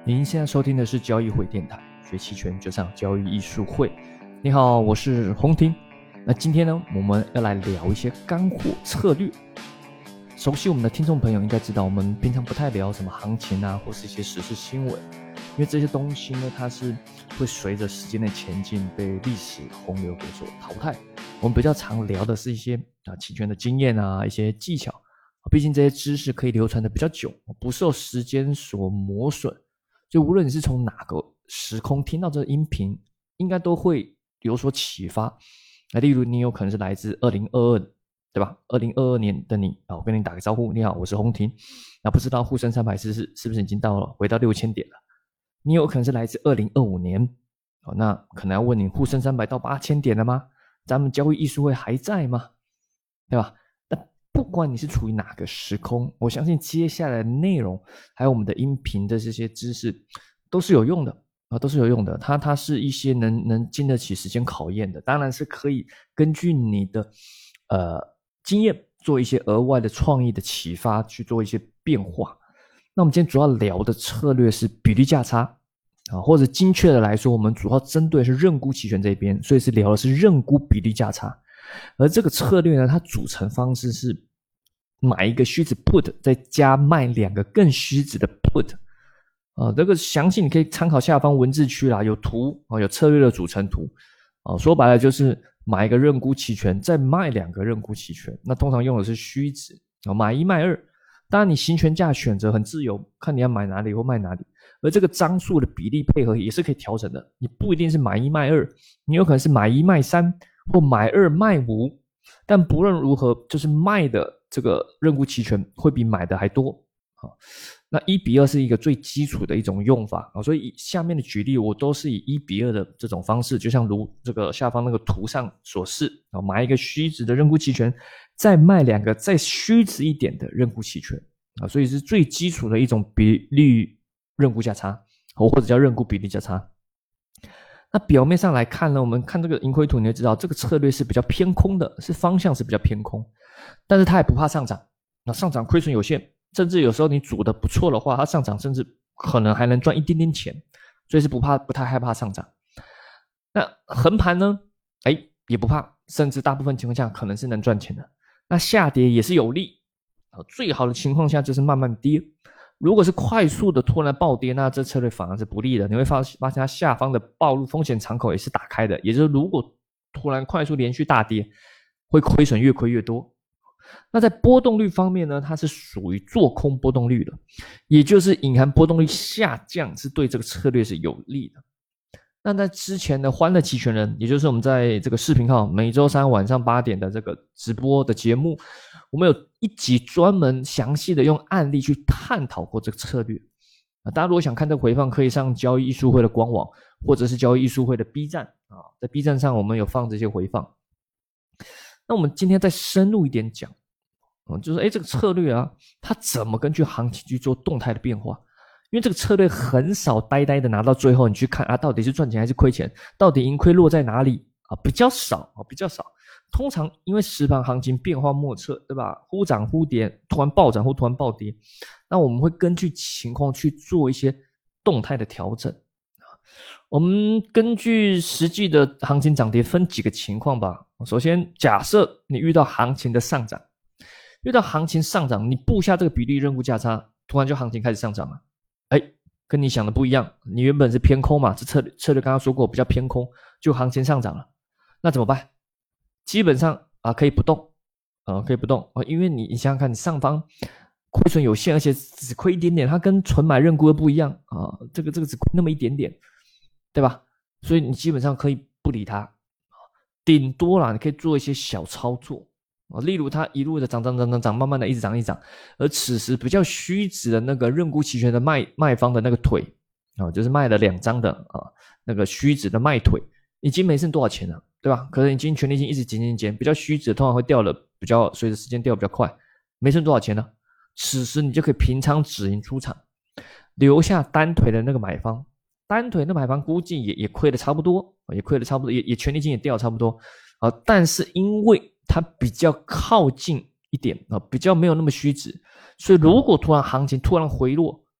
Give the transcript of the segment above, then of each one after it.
您现在收听的是交易会电台，学期权就上交易艺术会。你好，我是洪婷。那今天呢，我们要来聊一些干货策略。熟悉我们的听众朋友应该知道，我们平常不太聊什么行情啊，或是一些时事新闻，因为这些东西呢，它是会随着时间的前进被历史洪流给所淘汰。我们比较常聊的是一些期权的经验啊，一些技巧。毕竟这些知识可以流传的比较久，不受时间所磨损。就无论你是从哪个时空听到这个音频，应该都会有所启发。例如你有可能是来自2022，对吧？2022年的你我跟你打个招呼，你好，我是洪婷。那不知道沪深300是不是已经回到6000点了？你有可能是来自2025年，那可能要问你，沪深300到8000点了吗？咱们交易艺术会还在吗？对吧？不管你是处于哪个时空，我相信接下来的内容还有我们的音频的这些知识都是有用的都是有用的。它是一些能经得起时间考验的，当然是可以根据你的经验做一些额外的创意的启发，去做一些变化。那我们今天主要聊的策略是比率价差或者精确的来说，我们主要针对的是认沽期权这边，所以是聊的是认沽比率价差。而这个策略呢，它组成方式是买一个虚值 put 再加卖2个更虚值的 put 这个详细你可以参考下方文字区啦，有图有策略的组成图说白了就是买一个认沽期权再卖2个认沽期权，那通常用的是虚值买1卖2，当然你行权价选择很自由，看你要买哪里或卖哪里，而这个张数的比例配合也是可以调整的，你不一定是买1卖2，你有可能是买1卖3或买2卖5，但不论如何，就是卖的这个认沽期权会比买的还多那1:2是一个最基础的一种用法所以下面的举例我都是以1:2的这种方式，就像如这个下方那个图上所示买一个虚值的认沽期权再卖2个再虚值一点的认沽期权所以是最基础的一种比率认沽价差或者叫认沽比例价差。那表面上来看呢，我们看这个盈亏图，你就知道这个策略是比较偏空的，是方向是比较偏空，但是它也不怕上涨，那上涨亏损有限，甚至有时候你组的不错的话，它上涨甚至可能还能赚一点点钱，所以是不太害怕上涨。那横盘呢，也不怕，甚至大部分情况下可能是能赚钱的。那下跌也是有利，最好的情况下就是慢慢跌。如果是快速的突然暴跌，那这策略反而是不利的，你会发现它下方的暴露风险敞口也是打开的，也就是如果突然快速连续大跌，会亏损越亏越多。那在波动率方面呢，它是属于做空波动率的，也就是隐含波动率下降是对这个策略是有利的。那在之前的欢乐期权人，也就是我们在这个视频号每周3晚上8点的这个直播的节目，我们有一集专门详细的用案例去探讨过这个策略大家如果想看这个回放，可以上交易艺术会的官网，或者是交易艺术会的 B 站在 B 站上我们有放这些回放。那我们今天再深入一点讲就是这个策略它怎么根据行情去做动态的变化，因为这个策略很少呆呆的拿到最后你去看到底是赚钱还是亏钱，到底盈亏落在哪里比较少。通常因为实盘行情变化莫测，对吧？忽涨忽跌，突然暴涨或突然暴跌，那我们会根据情况去做一些动态的调整。我们根据实际的行情涨跌分几个情况吧。首先假设你遇到行情的上涨，你布下这个比例认沽价差，突然就行情开始上涨了，跟你想的不一样，你原本是偏空嘛，这策略刚刚说过比较偏空，就行情上涨了，那怎么办？基本上可以不动因为你想想看，你上方亏损有限，而且只亏一点点，它跟纯买认沽的不一样这个只亏那么一点点，对吧？所以你基本上可以不理它，顶多啦你可以做一些小操作例如它一路的涨，慢慢的一直涨，而此时比较虚值的那个认沽期权的卖方的那个腿就是卖了2张的那个虚值的卖腿，已经没剩多少钱了，对吧？可能已经权利金一直减，比较虚值通常会掉了随着时间掉比较快，没剩多少钱了。此时你就可以平仓止盈出场，留下单腿的那个买方，估计也亏了差不多，也权利金也掉了差不多但是因为它比较靠近一点比较没有那么虚值，所以如果突然行情突然回落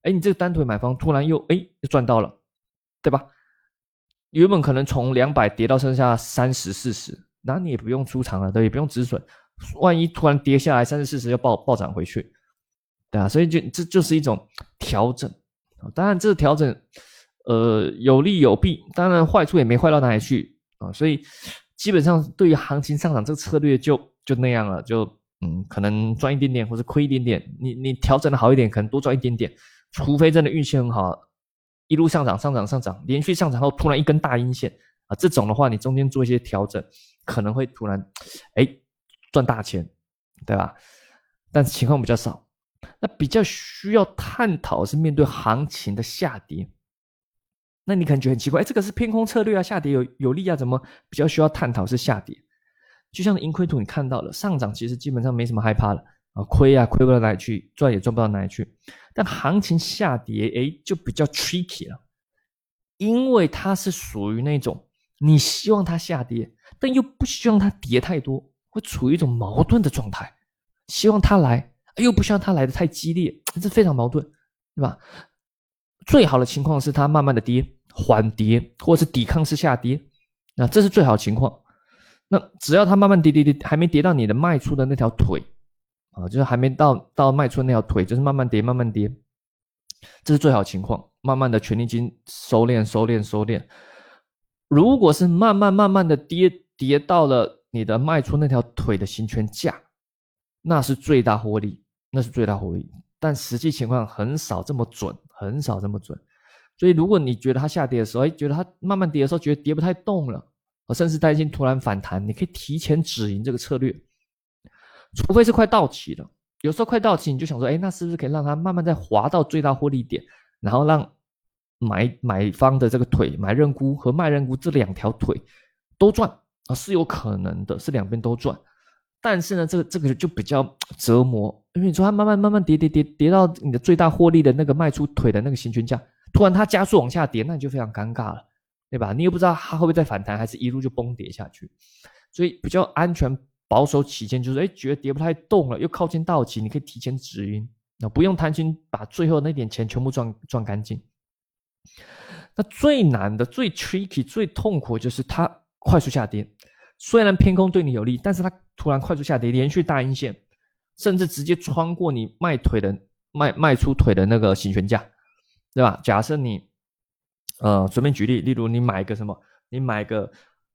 你这个单腿买方突然又赚到了，对吧？原本可能从200跌到剩下30、40，那你也不用出场了，对，也不用止损。万一突然跌下来30、40又暴涨回去，对啊，所以这就是一种调整。当然这个调整有利有弊，当然坏处也没坏到哪里去啊，所以基本上对于行情上涨这个策略就那样了，就可能赚一点点或者亏一点点，你调整的好一点可能多赚一点点，除非真的运气很好，一路上涨，连续上涨后突然一根大阴线啊，这种的话你中间做一些调整可能会突然赚大钱，对吧？但是情况比较少。那比较需要探讨是面对行情的下跌，那你可能觉得很奇怪，这个是偏空策略啊，下跌有利啊，怎么比较需要探讨是下跌？就像盈亏图你看到了，上涨其实基本上没什么害怕了啊，亏不到哪里去，赚也赚不到哪里去。但行情下跌就比较 tricky 了，因为它是属于那种你希望它下跌，但又不希望它跌太多，会处于一种矛盾的状态，希望它来又不希望它来的太激烈，这非常矛盾，对吧？最好的情况是它慢慢的跌，缓跌，或者是抵抗式下跌，那这是最好的情况。那只要它慢慢跌，还没跌到你的卖出的那条腿啊，就是还没到卖出的那条腿，就是慢慢跌，这是最好的情况。慢慢的权利金收敛。如果是慢慢的跌到了你的卖出那条腿的行权价，那是最大获利，但实际情况很少这么准。所以如果你觉得它下跌的时候，觉得它慢慢跌的时候觉得跌不太动了，甚至担心突然反弹，你可以提前止盈这个策略，除非是快到期了。有时候快到期你就想说，那是不是可以让它慢慢再滑到最大获利点，然后让买方的这个腿，买认沽和卖认沽这两条腿都赚啊，是有可能的，是两边都赚。但是呢，这个就比较折磨，因为你说它慢慢跌到你的最大获利的那个卖出腿的那个行权价，突然它加速往下跌，那你就非常尴尬了，对吧？你又不知道它会不会再反弹，还是一路就崩跌下去。所以比较安全保守起见，就是觉得跌不太动了，又靠近到期，你可以提前止盈，不用担心把最后那点钱全部赚干净。那最难的、最 tricky、最痛苦就是它快速下跌，虽然偏空对你有利，但是它突然快速下跌，连续大阴线，甚至直接穿过你卖出腿的那个行权价，对吧？假设你随便举例，例如你买个什么，你买个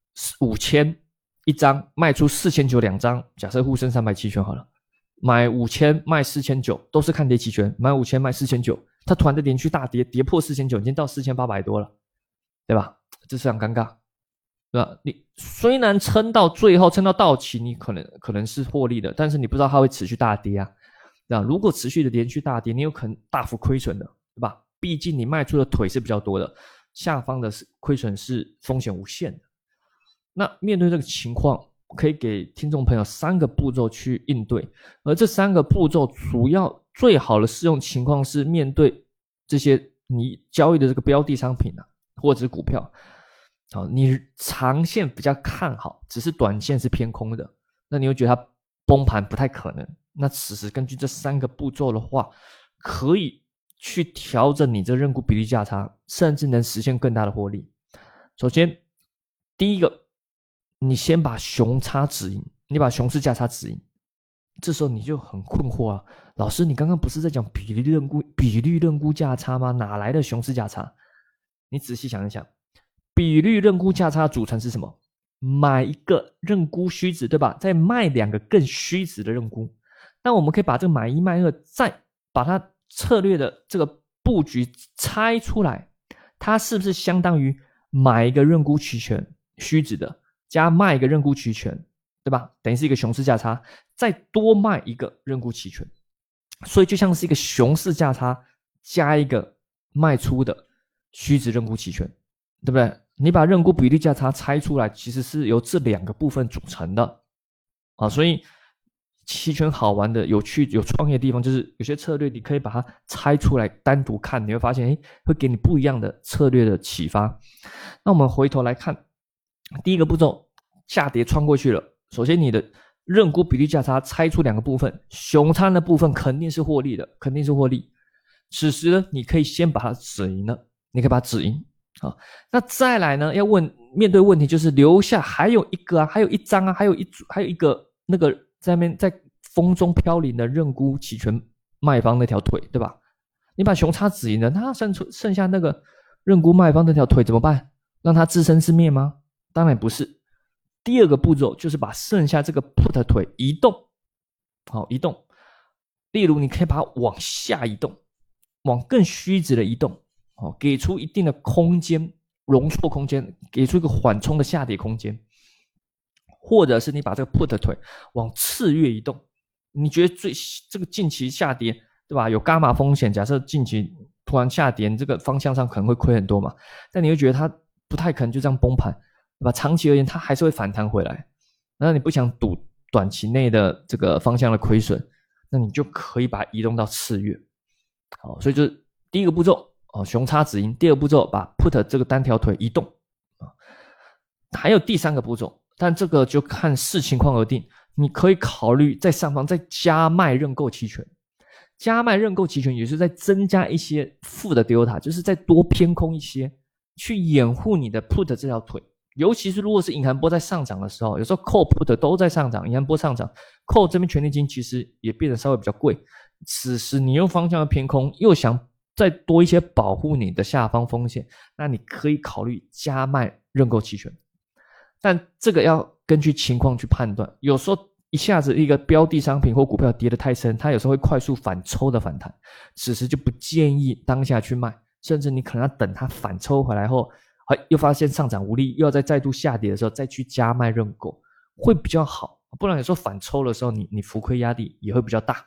5000一张，卖出4900两张，假设沪深300期权好了，买5000卖4900，都是看跌期权，买5000卖4900，它突然的连续大跌，跌破4900，已经到4800多了，对吧？这是非常尴尬，对吧？你虽然撑到最后，撑到到期，你可能是获利的，但是你不知道它会持续大跌啊，对吧？如果持续的连续大跌，你有可能大幅亏损的，对吧？毕竟你卖出的腿是比较多的，下方的亏损是风险无限的。那面对这个情况，可以给听众朋友3个步骤去应对，而这3个步骤主要最好的适用情况是面对这些你交易的这个标的商品或者是股票，你长线比较看好，只是短线是偏空的，那你会觉得它崩盘不太可能。那此时根据这3个步骤的话，可以去调整你这认沽比例价差，甚至能实现更大的获利。首先，第一个，你先把熊差止盈，你把熊市价差止盈，这时候你就很困惑啊，老师，你刚刚不是在讲比率认沽价差吗？哪来的熊市价差？你仔细想一想，比率认沽价差组成是什么？买一个认沽虚值，对吧？再卖2个更虚值的认沽。那我们可以把这个买1卖2，再把它策略的这个布局拆出来，它是不是相当于买一个认沽期权虚值的，加卖一个认沽期权，对吧？等于是一个熊市价差，再多卖一个认沽期权，所以就像是一个熊市价差加一个卖出的虚值认沽期权，对不对？你把认沽比率价差拆出来，其实是由这2个部分组成的所以期权好玩的、有趣、有创业的地方，就是有些策略你可以把它拆出来单独看，你会发现会给你不一样的策略的启发。那我们回头来看第一个步骤，下跌穿过去了，首先你的认沽比率价差拆出2个部分，熊差的部分肯定是获利的， 此时呢，你可以先把它止盈了，你可以把它止盈啊。那再来呢，面对问题就是留下还有一个啊，还有一张啊，还有一个那个在那边在风中飘零的认沽期权卖方那条腿，对吧？你把熊叉止盈了，那剩下那个认沽卖方那条腿怎么办？让它自生自灭吗？当然不是。第二个步骤就是把剩下这个 put 腿移动，好，移动。例如你可以把它往下移动，往更虚值的移动，给出一定的空间，容错空间，给出一个缓冲的下跌空间。或者是你把这个 put 腿往次月移动，你觉得这个近期下跌，对吧？有伽马风险，假设近期突然下跌，这个方向上可能会亏很多嘛，但你会觉得它不太可能就这样崩盘，对吧？长期而言它还是会反弹回来，那你不想赌短期内的这个方向的亏损，那你就可以把它移动到次月。好，所以就是第一个步骤熊叉止盈，第二个步骤把 put 这个单条腿移动，还有第三个步骤，但这个就看视情况而定。你可以考虑在上方再加卖认购期权，加卖认购期权也是在增加一些负的 delta， 就是再多偏空一些，去掩护你的 put 这条腿。尤其是如果是隐含波在上涨的时候，有时候 call put 都在上涨，隐含波上涨 call 这边权利金其实也变得稍微比较贵，此时你用方向的偏空又想再多一些保护你的下方风险，那你可以考虑加卖认购期权。但这个要根据情况去判断，有时候一下子一个标的商品或股票跌得太深，它有时候会快速反抽的反弹，此时就不建议当下去卖，甚至你可能要等它反抽回来后，又发现上涨无力，又要再度下跌的时候再去加卖认购会比较好，不然有时候反抽的时候你浮亏压力也会比较大。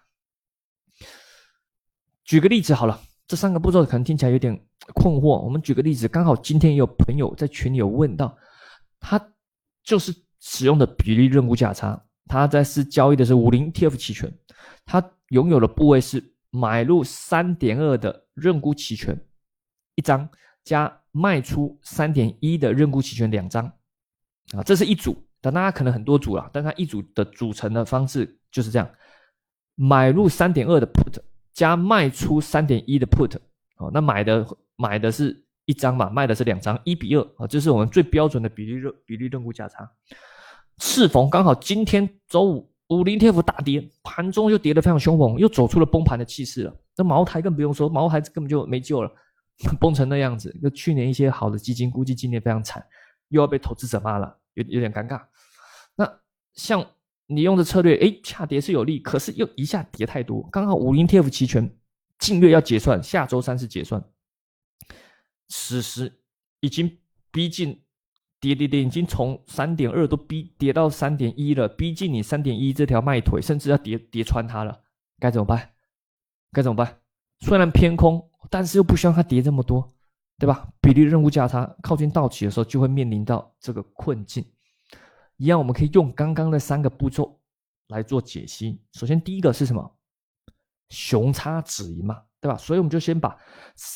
举个例子好了，这三个步骤可能听起来有点困惑，我们举个例子，刚好今天也有朋友在群里有问到，他就是使用的比例认沽价差，他在交易的是50 TF 期权，他拥有的部位是买入 3.2 的认沽期权1张，加卖出 3.1 的认沽期权2张这是一组，但大家可能很多组啦，但它一组的组成的方式就是这样，买入 3.2 的 put 加卖出 3.1 的 put，那买的是1张嘛，卖的是2张，1:2这是我们最标准的比例认沽价差。适逢刚好今天周五50 TF 大跌，盘中就跌得非常凶猛，又走出了崩盘的气势了。那茅台更不用说，茅台根本就没救了，崩成那样子。就去年一些好的基金估计今年非常惨，又要被投资者骂了，有点尴尬。那像你用的策略，下跌是有利，可是又一下跌太多，刚好50 TF 期权近月要结算，下周3是结算，此时已经逼近跌，已经从 3.2 都跌到 3.1 了，逼近你 3.1 这条卖腿，甚至要跌穿它了，该怎么办？虽然偏空，但是又不希望它跌这么多，对吧？比例认沽价差靠近到期的时候，就会面临到这个困境。一样，我们可以用刚刚的3个步骤来做解析。首先第一个是什么？熊叉止盈嘛，对吧？所以我们就先把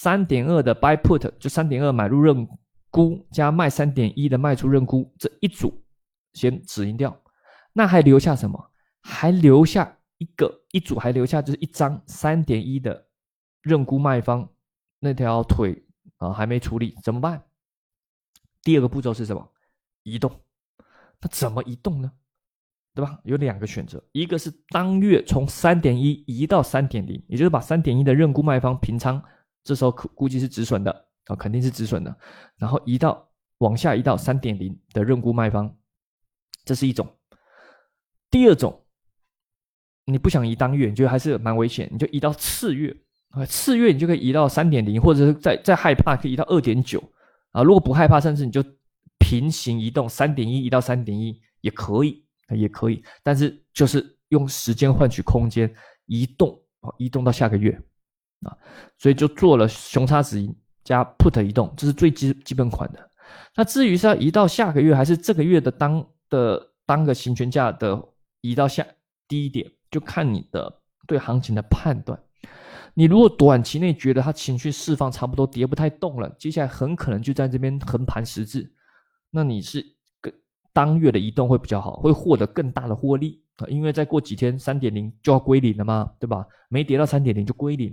3.2 的 buy put， 就 3.2 买入认沽加卖 3.1 的卖出认沽这一组先止盈掉。那还留下什么？还留下一组还留下就是1张 3.1 的认沽卖方那条腿还没处理，怎么办？第二个步骤是什么？移动。那怎么移动呢？对吧？有2个选择，一个是当月从 3.1 移到 3.0， 也就是把 3.1 的认沽卖方平仓，这时候估计是止损的肯定是止损的，然后往下移到 3.0 的认沽卖方，这是一种。第二种，你不想移当月，你觉得还是蛮危险，你就移到次月，次月你就可以移到 3.0， 或者是再害怕可以移到 2.9 如果不害怕，甚至你就平行移动 3.1 移到 3.1 也可以，但是就是用时间换取空间，移动到下个月所以就做了熊叉止盈加 put 移动，这是最基本款的。那至于是要移到下个月还是这个月的当个行权价的移到下低一点，就看你的对行情的判断。你如果短期内觉得它情绪释放差不多，跌不太动了，接下来很可能就在这边横盘10字，那你是当月的移动会比较好，会获得更大的获利因为再过几天 3.0 就要归零了嘛，对吧？没跌到 3.0 就归零了，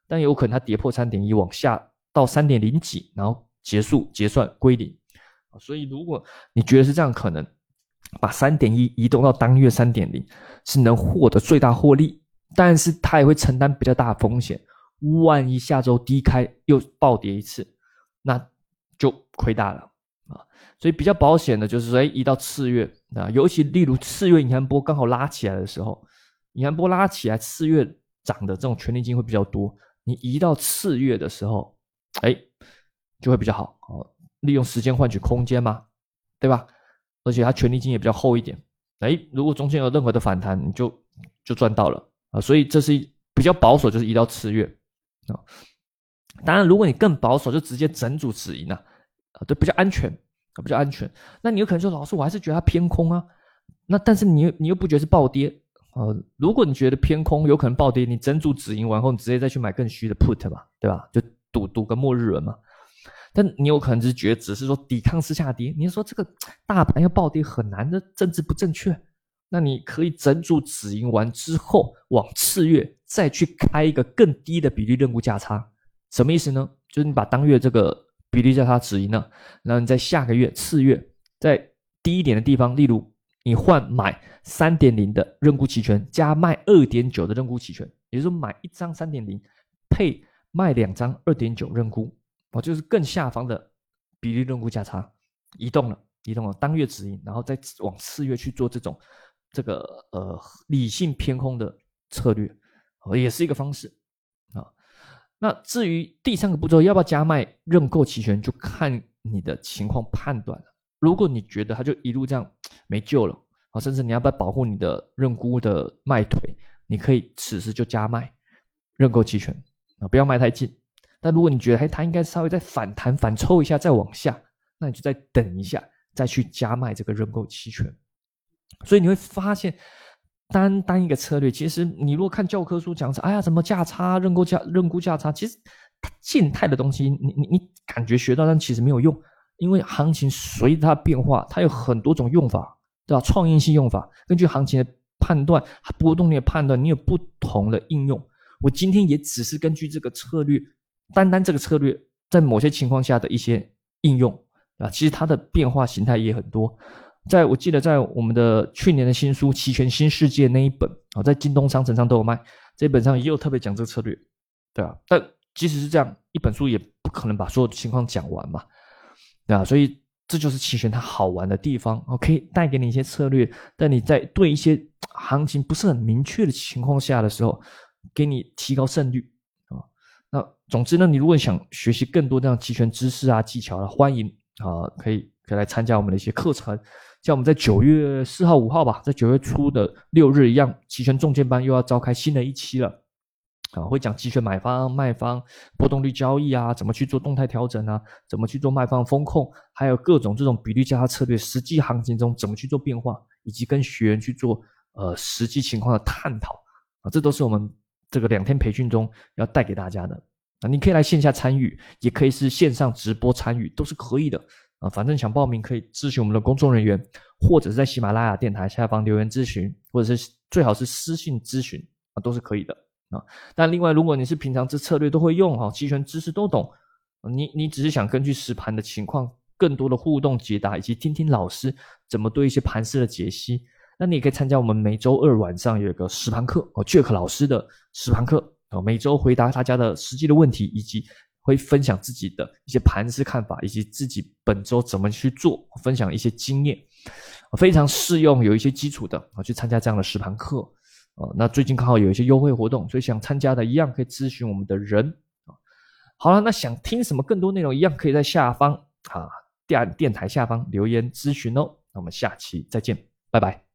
但有可能它跌破 3.1 往下到 3.0 几，然后结束结算归零。所以如果你觉得是这样，可能把 3.1 移动到当月 3.0 是能获得最大获利，但是它也会承担比较大的风险，万一下周低开又暴跌一次，那就亏大了啊。所以比较保险的就是说移到次月啊，尤其例如次月银行波刚好拉起来的时候，银行波拉起来次月涨的这种权利金会比较多，你移到次月的时候就会比较好，利用时间换取空间嘛，对吧？而且它权利金也比较厚一点，如果中间有任何的反弹，你就赚到了啊。所以这是比较保守，就是移到次月啊。当然，如果你更保守，就直接整组止盈啊，对，比较安全，比较安全。那你有可能说，老师，我还是觉得它偏空啊。那但是你又不觉得是暴跌如果你觉得偏空有可能暴跌，你整组止盈完后，你直接再去买更虚的 put 吧，对吧？就赌个末日轮嘛。但你有可能是觉得只是说抵抗式下跌，你说这个大盘要暴跌很难的，政治不正确，那你可以整组止盈完之后，往次月再去开一个更低的比例认沽价差。什么意思呢？就是你把当月这个比例价差止盈了，然后你在下个月次月在低一点的地方，例如你换买 3.0 的认沽期权加卖 2.9 的认沽期权，也就是说买一张 3.0 配卖2张 2.9 认沽，就是更下方的比例认沽价差移动了当月止盈，然后再往次月去做这个理性偏空的策略，也是一个方式啊。那至于第3个步骤要不要加卖认购期权，就看你的情况判断了。如果你觉得它就一路这样没救了，甚至你要不要保护你的认沽的卖腿，你可以此时就加卖认购期权不要卖太近。但如果你觉得它应该稍微再反弹反抽一下再往下，那你就再等一下再去加卖这个认购期权。所以你会发现单一个策略，其实你如果看教科书讲什么价差认沽价差，其实它静态的东西你感觉学到，但其实没有用，因为行情随着它变化，它有很多种用法，对吧？创意性用法，根据行情的判断波动率的判断，你有不同的应用。我今天也只是根据这个策略，单这个策略在某些情况下的一些应用其实它的变化形态也很多。我记得在我们的去年的新书《期权新世界》那一本在京东商城上都有卖，这本上也有特别讲这个策略，对吧？但即使是这样，一本书也不可能把所有的情况讲完嘛，对吧？所以这就是期权它好玩的地方，可以带给你一些策略，但你在对一些行情不是很明确的情况下的时候，给你提高胜率那总之呢，你如果想学习更多这样期权知识技巧欢迎可以来参加我们的一些课程。像我们在9月4号5号吧，在9月初的6日一样，期权重剑班又要召开新的一期了会讲期权买方卖方波动率交易怎么去做动态调整怎么去做卖方风控，还有各种这种比率价差策略实际行情中怎么去做变化，以及跟学员去做实际情况的探讨这都是我们这个2天培训中要带给大家的你可以来线下参与，也可以是线上直播参与，都是可以的反正想报名可以咨询我们的工作人员，或者是在喜马拉雅电台下方留言咨询，或者是最好是私信咨询都是可以的但另外如果你是平常这策略都会用期权知识都懂，你只是想根据实盘的情况更多的互动解答，以及听听老师怎么对一些盘势的解析，那你也可以参加我们每周2晚上有一个实盘课Jack 老师的实盘课每周回答大家的实际的问题，以及会分享自己的一些盘势看法，以及自己本周怎么去做，分享一些经验非常适用有一些基础的去参加这样的实盘课那最近刚好有一些优惠活动，所以想参加的一样可以咨询我们的人好了，那想听什么更多内容一样可以在下方电台下方留言咨询那我们下期再见，拜拜。